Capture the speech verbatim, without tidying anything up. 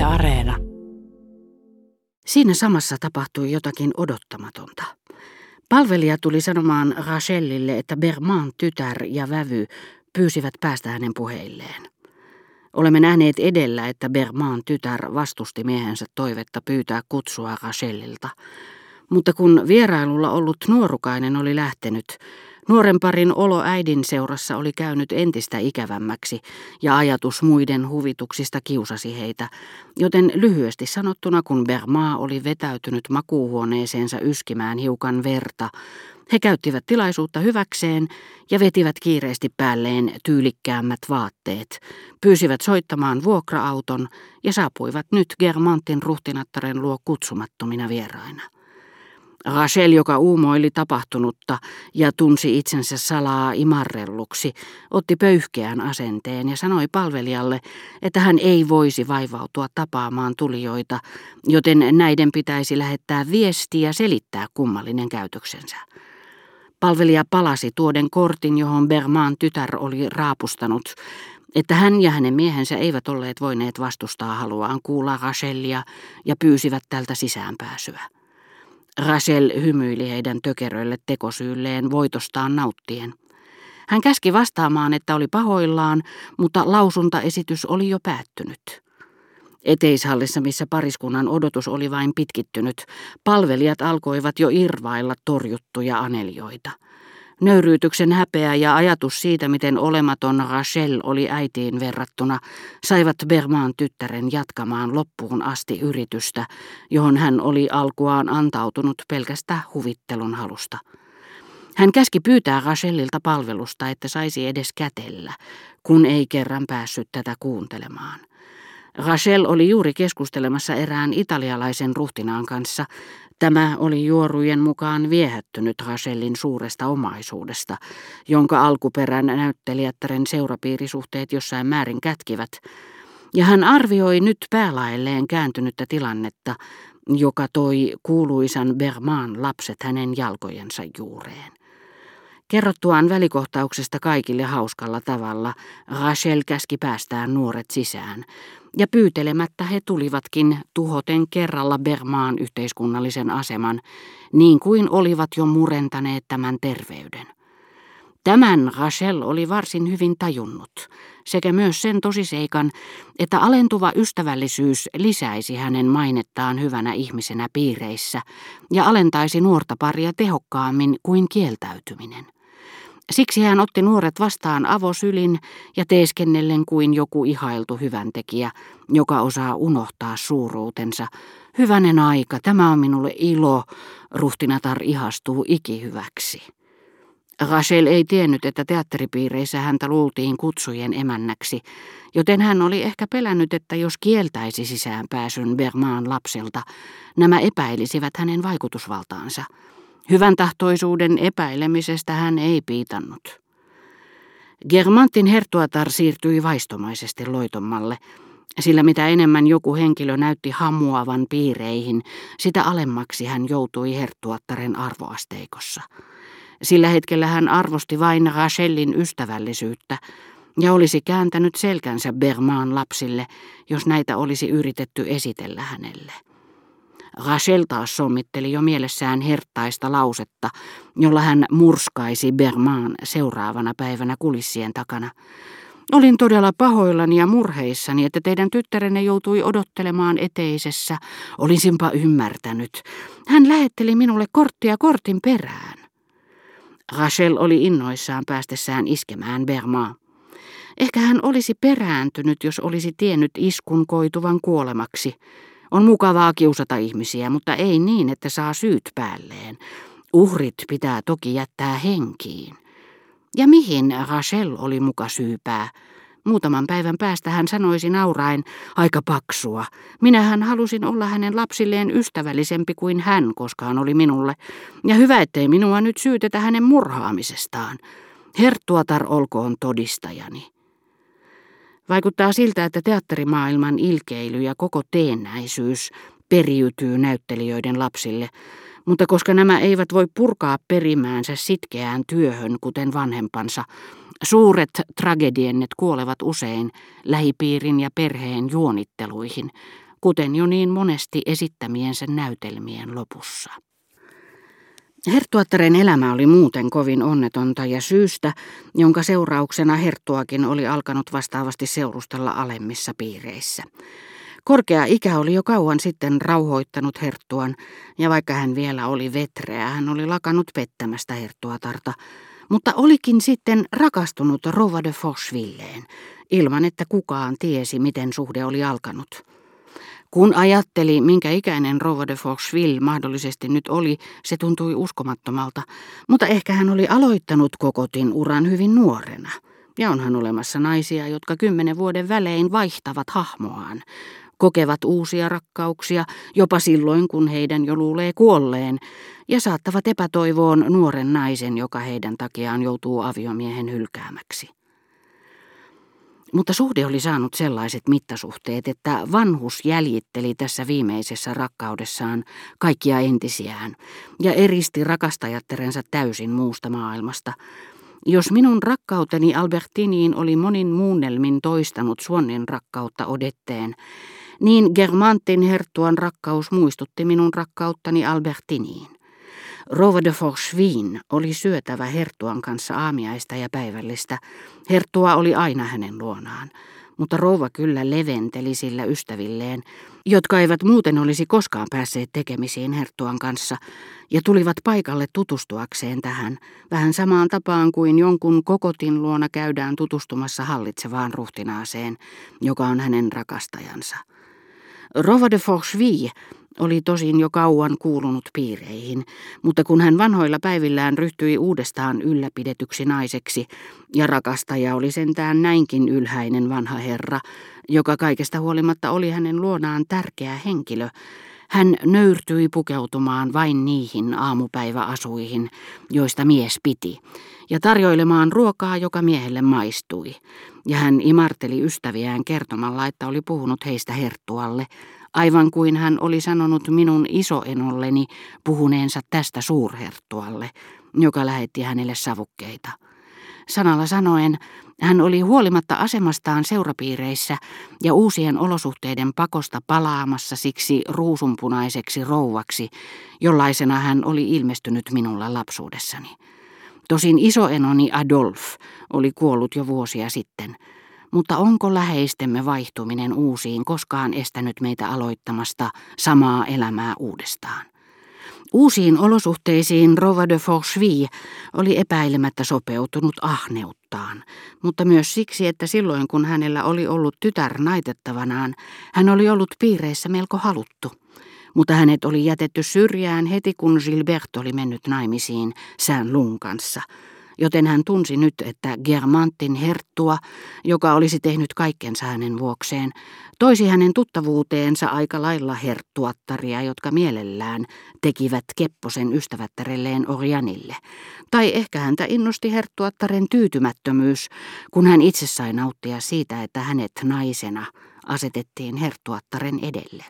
Areena. Siinä samassa tapahtui jotakin odottamatonta. Palvelija tuli sanomaan Rachelille, että Berman tytär ja vävy pyysivät päästä hänen puheilleen. Olemme nähneet edellä, että Berman tytär vastusti miehensä toivetta pyytää kutsua Rachelilta. Mutta kun vierailulla ollut nuorukainen oli lähtenyt, nuoren parin olo äidin seurassa oli käynyt entistä ikävämmäksi ja ajatus muiden huvituksista kiusasi heitä, joten lyhyesti sanottuna, kun Berman oli vetäytynyt makuuhuoneeseensa yskimään hiukan verta, he käyttivät tilaisuutta hyväkseen ja vetivät kiireesti päälleen tyylikkäämmät vaatteet, pyysivät soittamaan vuokra-auton ja saapuivat nyt Guermantin ruhtinattaren luo kutsumattomina vieraina. Rachel, joka uumoili tapahtunutta ja tunsi itsensä salaa imarrelluksi, otti pöyhkeän asenteen ja sanoi palvelijalle, että hän ei voisi vaivautua tapaamaan tulijoita, joten näiden pitäisi lähettää viesti ja selittää kummallinen käytöksensä. Palvelija palasi tuoden kortin, johon Berman tytär oli raapustanut, että hän ja hänen miehensä eivät olleet voineet vastustaa haluaan kuulla Rachelia ja pyysivät tältä sisäänpääsyä. Rachel hymyili heidän tökeröille tekosyylleen voitostaan nauttien. Hän käski vastaamaan, että oli pahoillaan, mutta lausuntaesitys oli jo päättynyt. Eteishallissa, missä pariskunnan odotus oli vain pitkittynyt, palvelijat alkoivat jo irvailla torjuttuja anelioita. Nöyryytyksen häpeä ja ajatus siitä, miten olematon Rachel oli äitiin verrattuna, saivat Berman tyttären jatkamaan loppuun asti yritystä, johon hän oli alkuaan antautunut pelkästä huvittelun halusta. Hän käski pyytää Rachelilta palvelusta, että saisi edes kätellä, kun ei kerran päässyt tätä kuuntelemaan. Rachel oli juuri keskustelemassa erään italialaisen ruhtinaan kanssa. Tämä oli juorujen mukaan viehättynyt Rachelin suuresta omaisuudesta, jonka alkuperän näyttelijättären seurapiirisuhteet jossain määrin kätkivät, ja hän arvioi nyt päälaelleen kääntynyttä tilannetta, joka toi kuuluisan Berman lapset hänen jalkojensa juureen. Kerrottuaan välikohtauksesta kaikille hauskalla tavalla, Rachel käski päästään nuoret sisään, ja pyytelemättä he tulivatkin tuhoten kerralla Berman yhteiskunnallisen aseman, niin kuin olivat jo murentaneet tämän terveyden. Tämän Rachel oli varsin hyvin tajunnut, sekä myös sen tosiseikan, että alentuva ystävällisyys lisäisi hänen mainettaan hyvänä ihmisenä piireissä ja alentaisi nuorta paria tehokkaammin kuin kieltäytyminen. Siksi hän otti nuoret vastaan avosylin ja teeskennellen kuin joku ihailtu hyväntekijä, joka osaa unohtaa suuruutensa. Hyvänen aika, tämä on minulle ilo, ruhtinatar ihastuu ikihyväksi. Rachel ei tiennyt, että teatteripiireissä häntä luultiin kutsujen emännäksi, joten hän oli ehkä pelännyt, että jos kieltäisi sisäänpääsyn Berman lapsilta, nämä epäilisivät hänen vaikutusvaltaansa. Hyvän tahtoisuuden epäilemisestä hän ei piitannut. Guermantin herttuatar siirtyi vaistomaisesti loitommalle, sillä mitä enemmän joku henkilö näytti hamuavan piireihin, sitä alemmaksi hän joutui herttuattaren arvoasteikossa. Sillä hetkellä hän arvosti vain Rachelin ystävällisyyttä ja olisi kääntänyt selkänsä Berman lapsille, jos näitä olisi yritetty esitellä hänelle. Rachel taas sommitteli jo mielessään herttaista lausetta, jolla hän murskaisi Berman seuraavana päivänä kulissien takana. Olin todella pahoillani ja murheissani, että teidän tyttärenne joutui odottelemaan eteisessä. Olisinpa ymmärtänyt. Hän lähetteli minulle korttia kortin perään. Rachel oli innoissaan päästessään iskemään Berman. Ehkä hän olisi perääntynyt, jos olisi tiennyt iskun koituvan kuolemaksi. On mukavaa kiusata ihmisiä, mutta ei niin, että saa syyt päälleen. Uhrit pitää toki jättää henkiin. Ja mihin Rachel oli muka syypää? Muutaman päivän päästä hän sanoisi nauraen, aika paksua. Minähän halusin olla hänen lapsilleen ystävällisempi kuin hän koskaan oli minulle. Ja hyvä, ettei minua nyt syytetä hänen murhaamisestaan. Herttuatar olkoon todistajani. Vaikuttaa siltä, että teatterimaailman ilkeily ja koko teennäisyys periytyy näyttelijöiden lapsille, mutta koska nämä eivät voi purkaa perimäänsä sitkeään työhön, kuten vanhempansa, suuret tragediennet kuolevat usein lähipiirin ja perheen juonitteluihin, kuten jo niin monesti esittämiensä näytelmien lopussa. Herttuattaren elämä oli muuten kovin onnetonta ja syystä, jonka seurauksena herttuakin oli alkanut vastaavasti seurustella alemmissa piireissä. Korkea ikä oli jo kauan sitten rauhoittanut herttuan, ja vaikka hän vielä oli vetreä, hän oli lakannut pettämästä herttuatarta, mutta olikin sitten rakastunut rouva de Forchevilleen, ilman että kukaan tiesi, miten suhde oli alkanut. Kun ajatteli, minkä ikäinen rouva de Forcheville mahdollisesti nyt oli, se tuntui uskomattomalta, mutta ehkä hän oli aloittanut kokotin uran hyvin nuorena. Ja onhan olemassa naisia, jotka kymmenen vuoden välein vaihtavat hahmoaan, kokevat uusia rakkauksia, jopa silloin, kun heidän jo luulee kuolleen, ja saattavat epätoivoon nuoren naisen, joka heidän takiaan joutuu aviomiehen hylkäämäksi. Mutta suhde oli saanut sellaiset mittasuhteet, että vanhus jäljitteli tässä viimeisessä rakkaudessaan kaikkia entisiään ja eristi rakastajattarensa täysin muusta maailmasta. Jos minun rakkauteni Albertiniin oli monin muunnelmin toistanut Suonnin rakkautta Odetteen, niin Guermantin herttuan rakkaus muistutti minun rakkauttani Albertiniin. Rouva de Forcheville oli syötävä herttuan kanssa aamiaista ja päivällistä. Herttua oli aina hänen luonaan, mutta rouva kyllä leventeli sillä ystävilleen, jotka eivät muuten olisi koskaan päässeet tekemisiin herttuan kanssa, ja tulivat paikalle tutustuakseen tähän, vähän samaan tapaan kuin jonkun kokotin luona käydään tutustumassa hallitsevaan ruhtinaaseen, joka on hänen rakastajansa. Rouva de Forcheville oli tosin jo kauan kuulunut piireihin, mutta kun hän vanhoilla päivillään ryhtyi uudestaan ylläpidetyksi naiseksi, ja rakastaja oli sentään näinkin ylhäinen vanha herra, joka kaikesta huolimatta oli hänen luonaan tärkeä henkilö, hän nöyrtyi pukeutumaan vain niihin aamupäiväasuihin, joista mies piti, ja tarjoilemaan ruokaa, joka miehelle maistui, ja hän imarteli ystäviään kertomalla, että oli puhunut heistä herttualle, aivan kuin hän oli sanonut minun isoenolleni puhuneensa tästä suurherttualle, joka lähetti hänelle savukkeita. Sanalla sanoen, hän oli huolimatta asemastaan seurapiireissä ja uusien olosuhteiden pakosta palaamassa siksi ruusunpunaiseksi rouvaksi, jollaisena hän oli ilmestynyt minulla lapsuudessani. Tosin isoenoni Adolphe oli kuollut jo vuosia sitten, mutta onko läheistemme vaihtuminen uusiin koskaan estänyt meitä aloittamasta samaa elämää uudestaan? Uusiin olosuhteisiin rouva de Forcheville oli epäilemättä sopeutunut ahneuttaan, mutta myös siksi, että silloin kun hänellä oli ollut tytär naitettavanaan, hän oli ollut piireissä melko haluttu. Mutta hänet oli jätetty syrjään heti kun Gilbert oli mennyt naimisiin Saint-Lun kanssa, joten hän tunsi nyt, että Guermantin herttua, joka olisi tehnyt kaikkensa hänen vuokseen, toisi hänen tuttavuuteensa aika lailla herttuattaria, jotka mielellään tekivät kepposen ystävättärelleen Orianille. Tai ehkä häntä innosti herttuattaren tyytymättömyys, kun hän itse sai nauttia siitä, että hänet naisena asetettiin herttuattaren edelle.